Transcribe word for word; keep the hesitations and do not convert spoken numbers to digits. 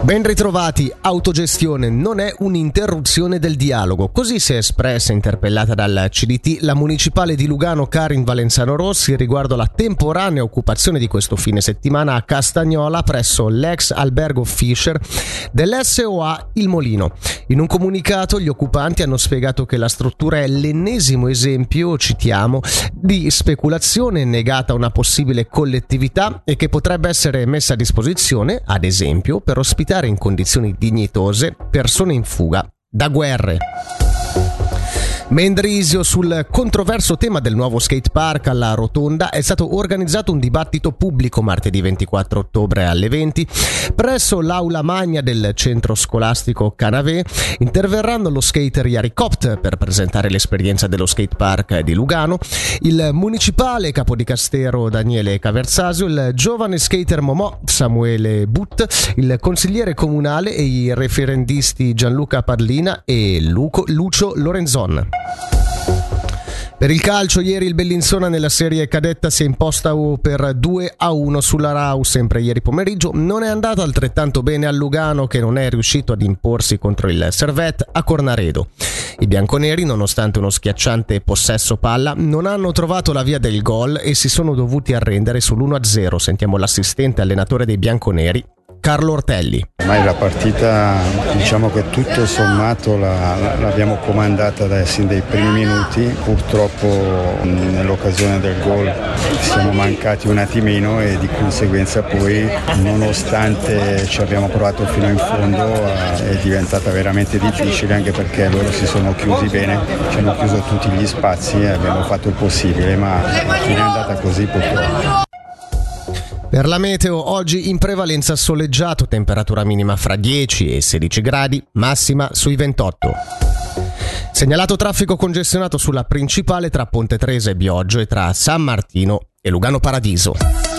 Ben ritrovati, autogestione non è un'interruzione del dialogo. Così si è espressa, interpellata dal C D T, la municipale di Lugano Karin Valenzano Rossi riguardo la temporanea occupazione di questo fine settimana a Castagnola presso l'ex albergo Fisher dell'S O A Il Molino. In un comunicato gli occupanti hanno spiegato che la struttura è l'ennesimo esempio, citiamo, di speculazione negata a una possibile collettività e che potrebbe essere messa a disposizione, ad esempio, per ospitare in condizioni dignitose persone in fuga da guerre. Mendrisio: sul controverso tema del nuovo skate park alla Rotonda è stato organizzato un dibattito pubblico martedì ventiquattro ottobre alle venti presso l'aula magna del centro scolastico Canavè. Interverranno lo skater Yari Copt per presentare l'esperienza dello skate park di Lugano, il municipale capodicastero Daniele Caversasio, il giovane skater Momò Samuele Butt, il consigliere comunale e i referendisti Gianluca Padlina e Luco, Lucio Lorenzon. Per il calcio, ieri il Bellinzona nella serie cadetta si è imposta per due a uno sulla Rau. Sempre ieri pomeriggio non è andato altrettanto bene al Lugano, che non è riuscito ad imporsi contro il Servette a Cornaredo. I bianconeri, nonostante uno schiacciante possesso palla, non hanno trovato la via del gol e si sono dovuti arrendere sull'uno a zero. Sentiamo l'assistente allenatore dei bianconeri, Carlo Ortelli. Ormai la partita, diciamo che tutto sommato la, l'abbiamo comandata dai, sin dai primi minuti. Purtroppo nell'occasione del gol siamo mancati un attimino e di conseguenza poi, nonostante ci abbiamo provato fino in fondo, è diventata veramente difficile, anche perché loro si sono chiusi bene, ci hanno chiuso tutti gli spazi e abbiamo fatto il possibile, ma non è andata così purtroppo. Per la meteo, oggi in prevalenza soleggiato, temperatura minima fra dieci e sedici gradi, massima sui ventotto. Segnalato traffico congestionato sulla principale tra Ponte Tresa e Bioggio e tra San Martino e Lugano Paradiso.